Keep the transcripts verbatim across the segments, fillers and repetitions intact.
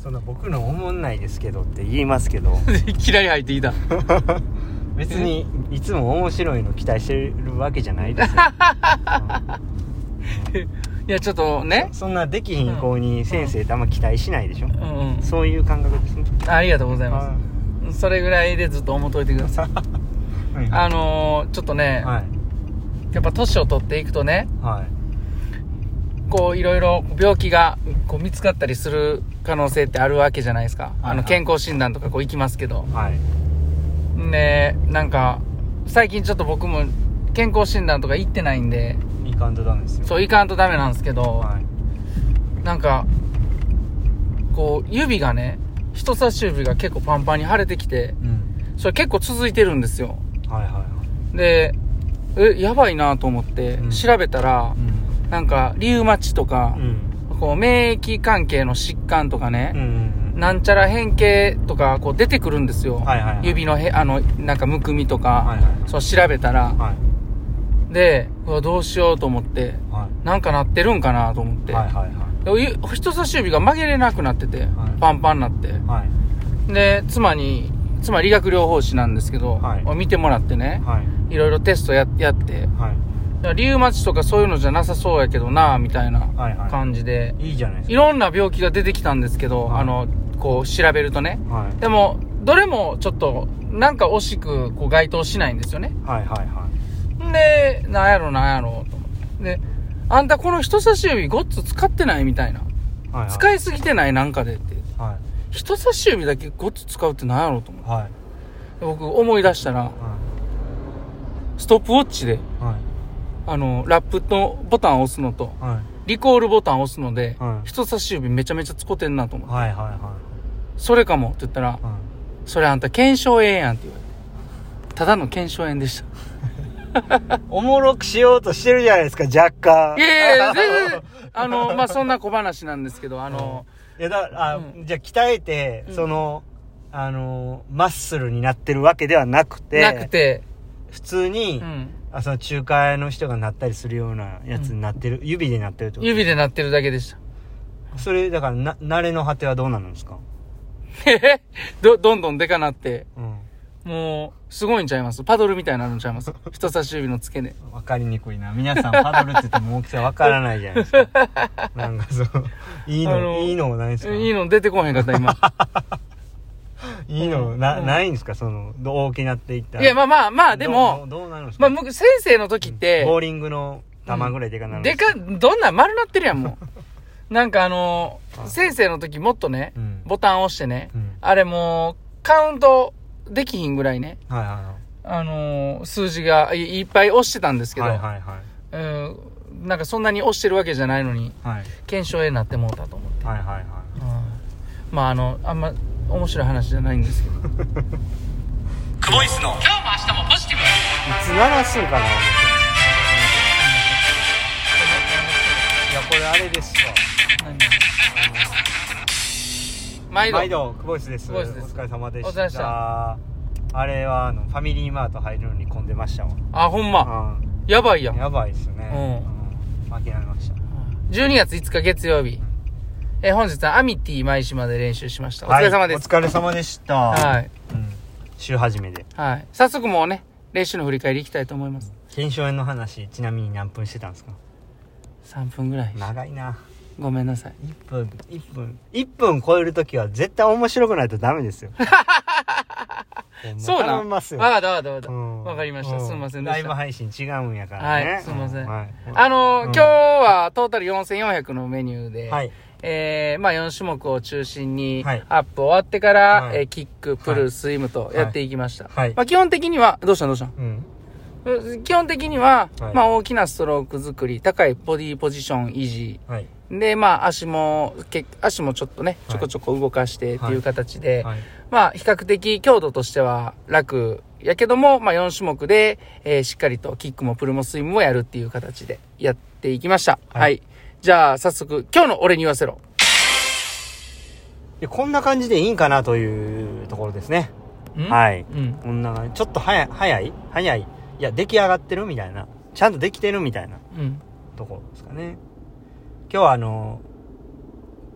そんな僕の思んないですけどって言いますけどいきなり入っていた別にいつも面白いの期待してるわけじゃないですよ、 うん、いやちょっとねそ, そんなできひん子に先生ってあんま期待しないでしょ、 うんうん、 そういう感覚ですね。 ありがとうございます。それぐらいでずっと思っといてくださいはい、はい、あのー、ちょっとね、はい、やっぱ年を取っていくとね、はい、こういろいろ病気がこう見つかったりする可能性ってあるわけじゃないですか、はいはい、あの健康診断とかこう行きますけど、はい、でなんか最近ちょっと僕も健康診断とか行ってないんで行かんとダメですよ。 そう行かんとダメなんですけど、はい、なんかこう指がね人差し指が結構パンパンに腫れてきて、うん、それ結構続いてるんですよ、はいはいはい、でえやばいなと思って調べたら、うん、なんかリウマチとか、うん、こう免疫関係の疾患とかね、うんうんうん、なんちゃら変形とかこう出てくるんですよ、はいはいはい、指のへあのなんかむくみとか、はいはい、そう調べたら、はい、でうわどうしようと思って、はい、なんかなってるんかなと思って、はいはいはい、人差し指が曲げれなくなってて、はい、パンパンになって、はい、で妻に妻理学療法士なんですけど、はい、見てもらってね、はい、いろいろテスト や, やって、はい、リウマチとかそういうのじゃなさそうやけどなみたいな感じで、はいはい、いいじゃないですか。いろんな病気が出てきたんですけど、はい、あのこう調べるとね、はい、でもどれもちょっとなんか惜しくこう該当しないんですよね、はいはいはい、でなんやろなんやろと思って、であんたこの人差し指ごっつ使ってないみたいな、はいはい、使いすぎてないなんかでって、はい、人差し指だけごっつ使うってなんやろと思って、はい、僕思い出したら、はい、ストップウォッチで、はい、あのラップのボタンを押すのと、はい、リコールボタンを押すので、はい、人差し指めちゃめちゃ使ってんなと思って、はいはいはい、それかもって言ったら、はい、それあんた腱鞘炎やんって言われて、ただの腱鞘炎でしたおもろくしようとしてるじゃないですか若干。 いやいや全然あのまあそんな小話なんですけど、あの、 うん、いやだあ、うん、じゃあ鍛えて、うん、そのあのマッスルになってるわけではなくてなくて普通に、うん、あその中華の人がなったりするようなやつになってる、うん、指でなってるってこと。 指でなってるだけでした。 それだからな慣れの果てはどうなるんですかどどんどんでかなって、うん、もうすごいんちゃいます。パドルみたいになるんちゃいます人差し指の付け根。 分かりにくいな。皆さんパドルって言っても大きさ分からないじゃないですかなんかそういいの、あのいいのないんですか。 いいの出てこへんかった今いいの な,、うん、ないんですか、その大きなっていったら。 いやまあまあまあでもど, どうなるんですか、 まあ、先生の時って、 うん、ボーリングの球ぐらいでかなるんですか、うん、でかどんな丸なってるやんもうなんかあのー、先生の時もっとね、うん、ボタン押してね、うん、あれもうカウントできひんぐらいね、はいはいはい、あのー、数字が い, いっぱい押してたんですけど、はいはいはい、うん、なんかそんなに押してるわけじゃないのに、はい、腱鞘炎になってもうたと思って、はいはいはい、うん、まああのあんま面白い話じゃないんですけどクボイスの今日も明日もポジティブ。いつ鳴らすんかな。いやこれあれですわ。何毎度毎度クボイスです。お疲れ様でした。お疲れ様でした。あれはあのファミリーマート入るのに混んでましたもん。 あほんま、うん、やばいやん。 やばいっすね、うん、諦めました。 じゅうにがついつか月曜日、うん、え本日はアミティ舞島で練習しました。お疲れ様です、 はい、お疲れ様でした。はい、うん、週始めで、 はい、早速もうね練習の振り返りいきたいと思います。 腱鞘炎の話ちなみに何分してたんですか。 さんぷんぐらい。 長いな。ごめんなさい。 いっぷんいっぷんいっぷん超えるときは絶対面白くないとダメですよそうなん。 頼みますよ。 わかったわかった、うん、わかりました、うん、すみませんでした。 ライブ配信違うんやからね。 はい、すみません、うん、 はい、 あのーうん、今日はトータルよんせんよんひゃくのメニューで、はい、えー、まあよん種目を中心に、はい、アップ終わってから、はい、えー、キックプル、はい、スイムとやっていきました、はい、まあ基本的にはどうしたどうした、うん、基本的には、はい、まあ大きなストローク作り、高いボディポジション維持、はい、でまあ足も足もちょっとねちょこちょこ動かしてっていう形で、はいはい、まあ比較的強度としては楽やけども、まあよん種目で、えー、しっかりとキックもプルもスイムもやるっていう形でやっていきました。はい、はい、じゃあ早速今日の俺に言わせろ。 いやこんな感じでいいんかなというところですね。はい、うん、こんなちょっと早い早い早いいや出来上がってるみたいな、ちゃんとできてるみたいな、うん、ところですかね。今日はあの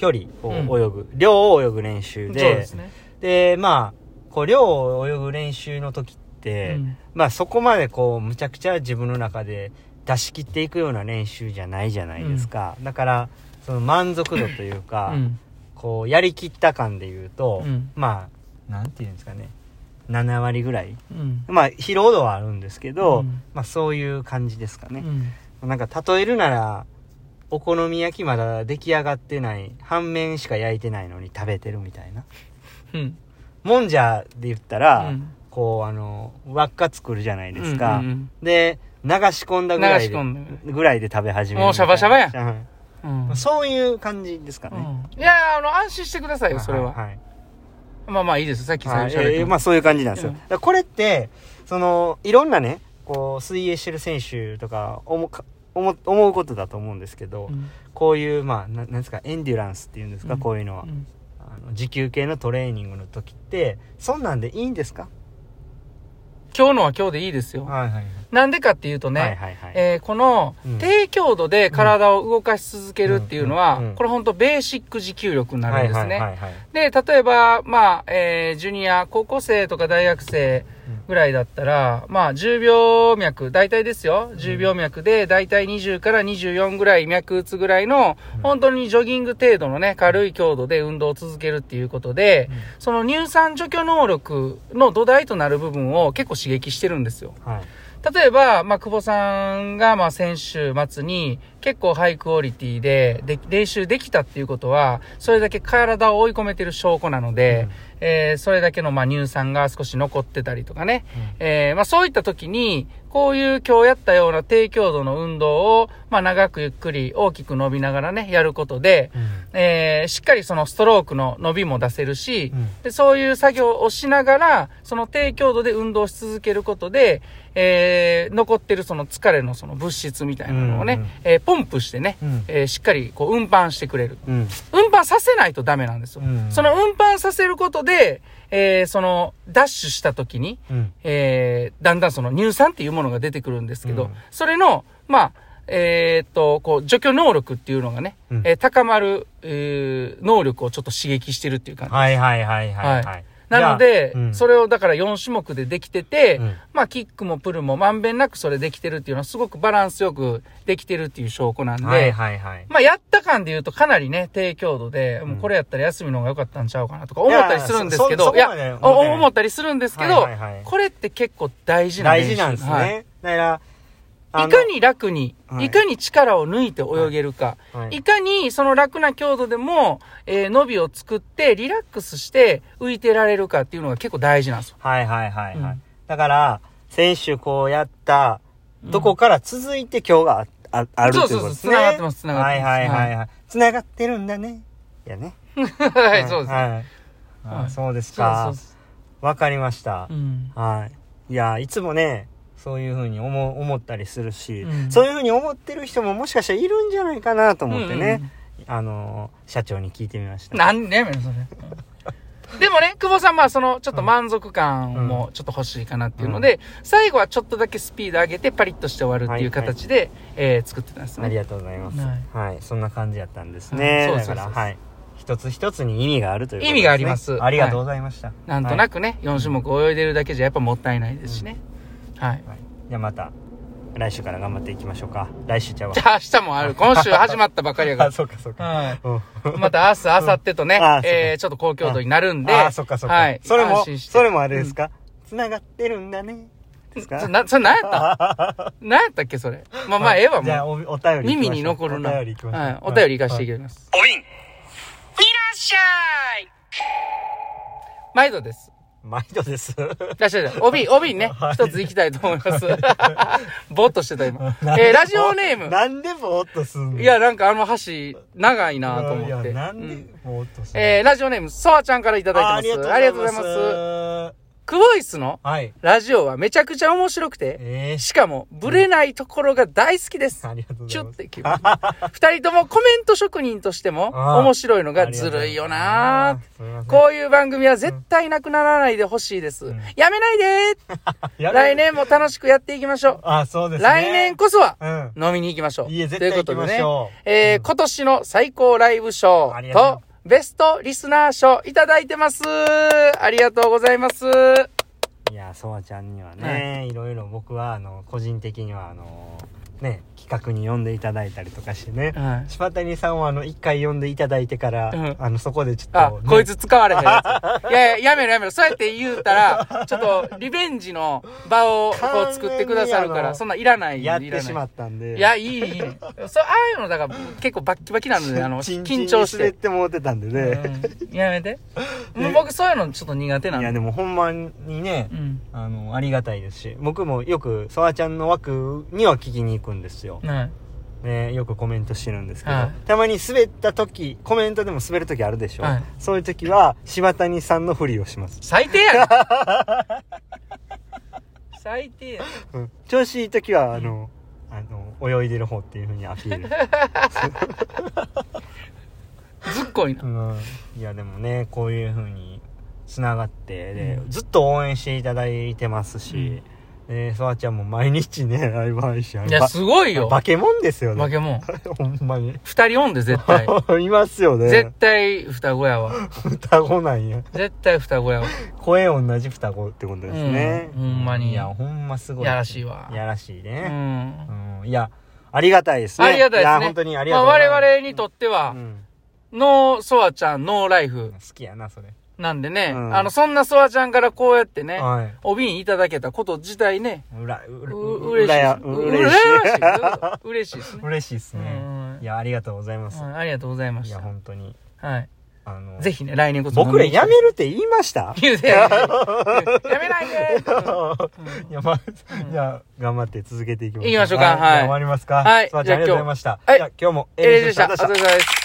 距離を泳ぐ、うん、量を泳ぐ練習で、そうですね。で、まあ、こう、量を泳ぐ練習の時って、うん、まあそこまでこう、むちゃくちゃ自分の中で出し切っていくような練習じゃないじゃないですか。うん、だから、その満足度というか、うん、こう、やりきった感で言うと、うん、まあ、なんていうんですかね、ななわりぐらい。うん、まあ、疲労度はあるんですけど、うん、まあそういう感じですかね。うん、なんか、例えるなら、お好み焼きまだ出来上がってない、半面しか焼いてないのに食べてるみたいな。うん。もんじゃで言ったら、うん、こう、あの、輪っか作るじゃないですか。うんうんうん、で、流し込んだぐらいで、ぐらいで食べ始める。 もうシャバシャバやん。 うん、そういう感じですかね。 うん、いや、あの、安心してくださいよ、それは。はいはい、まあまあいいです。さっき最初喋って、 えー、まあそういう感じなんですよ。うん、だこれって、その、いろんなね、こう、水泳してる選手とか、思か、思、思うことだと思うんですけど、うん、こういう、まあ、な、なんですか、エンデュランスっていうんですか、うん、こういうのは。うん、あの持久系のトレーニングの時って、そんなんでいいんですか？ 今日のは今日でいいですよ。はいはいはい、なんでかっていうとね、はいはいはい、えー、この低強度で体を動かし続けるっていうのは、うんうんうん、これ本当ベーシック持久力になるんですね。はいはいはいはい、で、例えば、まあ、えー、ジュニア、高校生とか大学生ぐらいだったら、まあ、じゅうびょう脈、大体ですよ。じゅうびょう脈で、大体にじゅうからにじゅうよんぐらい脈打つぐらいの、本当にジョギング程度のね、軽い強度で運動を続けるっていうことで、うん、その乳酸除去能力の土台となる部分を結構刺激してるんですよ。はい、例えば、まあ、久保さんが、まあ、先週末に結構ハイクオリティで、で、練習できたっていうことは、それだけ体を追い込めてる証拠なので、うん、えー、それだけの、まあ、乳酸が少し残ってたりとかね、うん、えー、まあ、そういった時に、こういう今日やったような低強度の運動を、まあ、長くゆっくり大きく伸びながらね、やることで、うん、えー、しっかりそのストロークの伸びも出せるし、うん、で、そういう作業をしながら、その低強度で運動し続けることで、えー、残ってるその疲れのその物質みたいなのをね、うんうん、えー、ポンプしてね、うん、えー、しっかりこう運搬してくれる、うん。運搬させないとダメなんですよ。うん、その運搬させることで、えー、その、ダッシュした時に、うん、えー、だんだんその乳酸っていうものが出てくるんですけど、うん、それの、まあ、えー、っと、こう、除去能力っていうのがね、うん、えー、高まる、えー、能力をちょっと刺激してるっていう感じです。 はいはいはいはい、はい。はい、 なので、うん、それをだからよん種目でできてて、うん、まあキックもプルもまんべんなくそれできてるっていうのはすごくバランスよくできてるっていう証拠なんで、はいはいはい、まあやった感で言うとかなりね、低強度で、うん、もうこれやったら休みの方が良かったんちゃうかなとか思ったりするんですけど、いや、いや思ったりするんですけど、はいはいはい、これって結構大事な練習。 大事なんですね。はい、だからいかに楽に、はい、いかに力を抜いて泳げるか、はいはい、いかにその楽な強度でも、えー、伸びを作ってリラックスして浮いてられるかっていうのが結構大事なんですよ。 はいはいはい、はい、うん、だから、選手こうやったとこから続いて今日が あ, あ, あるってことですね。そうそうそう、繋がってます、繋がってます。 はいはいはい、はい。繋がってるんだね。いやね。 はい、そうです。はい。 あ、そうですか。わかりました。うん、はい。いや、いつもね、そういう風に思思ったりするし、うん、そういう風に思ってる人ももしかしたらいるんじゃないかなと思ってね、うんうん、あの社長に聞いてみました。 なんでやめんそれ。でもね、久保さんはそのちょっと満足感もちょっと欲しいかなっていうので、うん、最後はちょっとだけスピード上げてパリッとして終わるっていう形で、はいはい、えー、作ってたんですね。 ありがとうございます。はい、はい、そんな感じやったんですね。うん、そうそうそうそう。だからはい。一つ一つに意味があるということですね。 意味があります。 ありがとうございました。はい、 なんとなくね、よん種目泳いでるだけじゃやっぱもったいないですしね。うん、はい。はい、 じゃあまた来週から頑張っていきましょうか。来週ちゃうわ。 じゃあ明日もある。今週始まったばかりやから。 あ、そうかそうか。はい。 うん、また明日、明後日とね、うん、えー、ちょっと高強度になるんで。 あ、そっかそっか。はい。それも、それもあれですか、うん、繋がってるんだね。ですかな、それ何やった何やったっけそれ。まあまあ、ええわ、もう。 じゃあお、お便り耳に残るな。 お便り行きましょう。 はい。お便り行かせていきます。 おびんいらっしゃい毎度です。 毎度です。 らっしゃい。おびん、おびんね。はい、一つ行きたいと思います。ぼーっとしてた今。えー、ラジオネーム。 なんでぼーっとすんの？ いや、なんかあの橋、長いなと思って。 いや、なんでぼーっとすんの？ えー、ラジオネーム、ソワちゃんからいただいてます。ありがとうございます。 クボイスのラジオはめちゃくちゃ面白くて、 えー、 しかもブレないところが大好きです。 ありがとうございます。 チュッて気分。二人ともコメント職人としても面白いのがずるいよな。こういう番組は絶対なくならないでほしいです。うん、やめないでー来年も楽しくやっていきましょう。 あ、そうですね。 来年こそは飲みに行きましょう。 うん、いえ、絶対行きましょう。 ということでね、えーうん、今年の最高ライブ賞とベストリスナー賞いただいてます。ありがとうございます。 いや、ソワちゃんにはね、はい、いろいろ僕はあの個人的にはあのね企画に呼んでいただいたりとかしてね、はい、柴谷さんはあの一回呼んでいただいてから、うん、あのそこでちょっと、 ね、あこいつ使われへんやついやいややめろやめろそうやって言うたらちょっとリベンジの場をこう作ってくださるからそんないらないやってしまったんでいやいいいいねそうああいうのだから結構バッキバキなんであの緊張して滑ってもうてたんでね、 うん、やめてもう僕そういうのちょっと苦手なんでいやでもほんまにね、うん、あのありがたいですし僕もよくソワちゃんの枠には聞きに行くんですよ、はいね、よくコメントしてるんですけど、はい、たまに滑った時コメントでも滑る時あるでしょ、はい、そういう時は柴谷さんのふりをします。 最低やな最低やな、 うん、調子いい時はあの、うん、あの泳いでる方っていう風にアピールずっこいな、 うん、いやでもねこういう風につながってで、うん、ずっと応援していただいてますし、うんえー、ソワちゃんも毎日ねライブ配信いやすごいよ化け物ですよね化け物ほんまに二人おんで絶対いますよね絶対双子やわ双子なんや絶対双子やわ声同じ双子ってことですね、 うん、ほんまにいやほんますごいやらしいわやらしいね、 うんうん、いやありがたいですねありがたいですねいや本当にありがとうございます、 まあ、我々にとっては、うん、ノーソワちゃんノーライフ好きやなそれなんでね、うん、あの、そんなソワちゃんからこうやってね、 はい、 お瓶いただけたこと自体ね、 うら、う、 う、嬉しい。 嬉しい。 嬉しいですね。 嬉しいですね。いや、ありがとうございます。 ありがとうございました。 いや、本当に。 はい。あの、ぜひね、来年こそ。 僕ら辞めるって言いました言うてやめないでいや、まあ、じゃあ、頑張って続けていきましょう。 行きましょうか。はい。 終わりますか。 はい。 ソワちゃんありがとうございました。 はい。 じゃあ、今日もエレジでした。お疲れ様です。